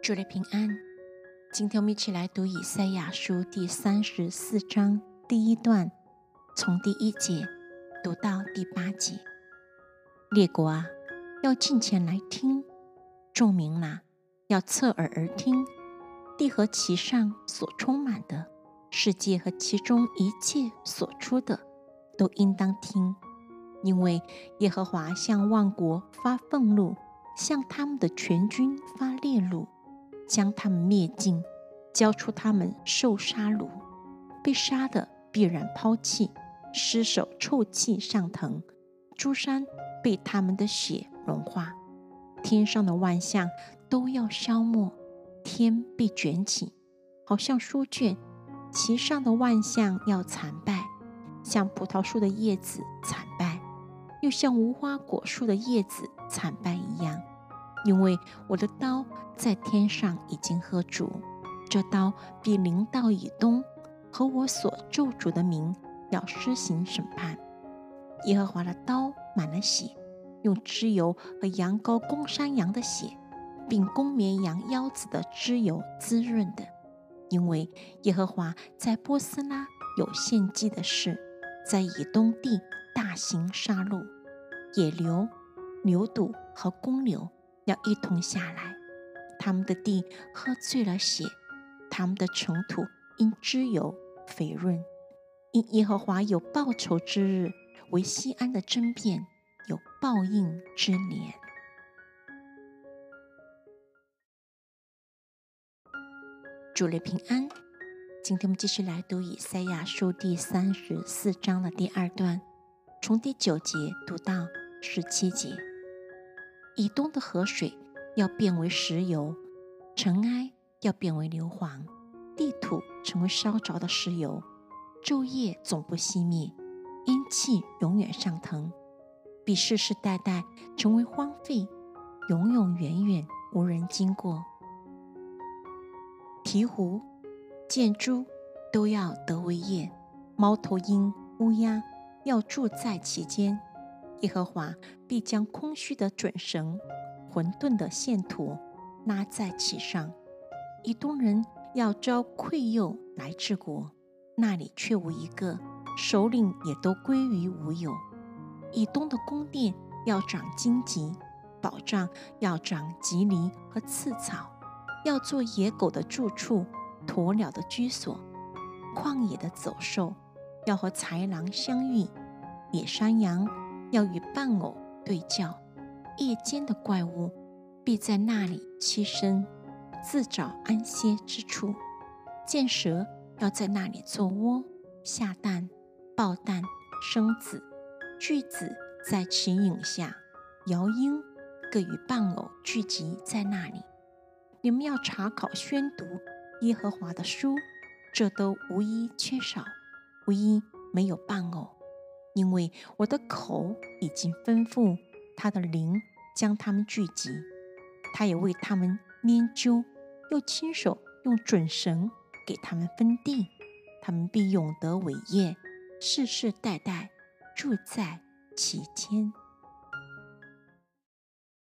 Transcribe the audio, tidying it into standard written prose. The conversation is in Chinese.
主内平安。今天我们一起来读以赛亚书第34章第一段，从第1节读到第8节。列国啊，要近前来听；众民啊，要侧耳而听。地和其上所充满的，世界和其中一切所出的，都应当听。因为耶和华向万国发愤怒，向他们的全军发烈怒，将他们灭尽，交出他们受杀戮。被杀的必然抛弃，尸首臭气上腾，诸山被他们的血融化。天上的万象都要消没，天被卷起，好像书卷，其上的万象要残败，像葡萄树的叶子惨败，又像无花果树的叶子惨败一样。因为我的刀在天上已经喝足，这刀必临到以东，和我所咒诅的民要施行审判。耶和华的刀满了血，用脂油和羊羔公山羊的血，并公绵羊腰子的脂油滋润的。因为耶和华在波斯拉有献祭的事，在以东地大行杀戮，野牛、牛犊和公牛要一同下来，他们的地喝醉了血，他们的尘土因脂油肥润。因耶和华有报仇之日，为西安的争辩，有报应之年。主内平安。今天我们继续来读以赛亚书第34章的第2段，从第9节读到17节。以东的河水要变为石油，尘埃要变为硫磺，地土成为烧着的石油，昼夜总不熄灭，阴气永远上腾，必世世代代成为荒废，永永远远无人经过。鹈鹕、箭猪都要得为业，猫头鹰、乌鸦要住在其间。耶和华必将空虚的准绳、混沌的线砣拉在其上。以东人要招馈宥来治国，那里却无一个，首领也都归于无有。以东的宫殿要长荆棘，保障要长棘藜和刺草，要做野狗的住处，鸵鸟的居所。旷野的走兽要和豺狼相遇，野山羊要与伴偶对叫，夜间的怪物必在那里栖身，自找安歇之处。箭蛇要在那里做窝，下蛋、抱蛋、生子，巨子在其影下，鹞鹰各与伴偶聚集在那里。你们要查考宣读耶和华的书，这都无一缺少，无一没有伴偶。因为我的口已经吩咐，他的灵将他们聚集，他也为他们拈阄，又亲手用准绳给他们分地，他们必永得伟业，世世代代住在其间。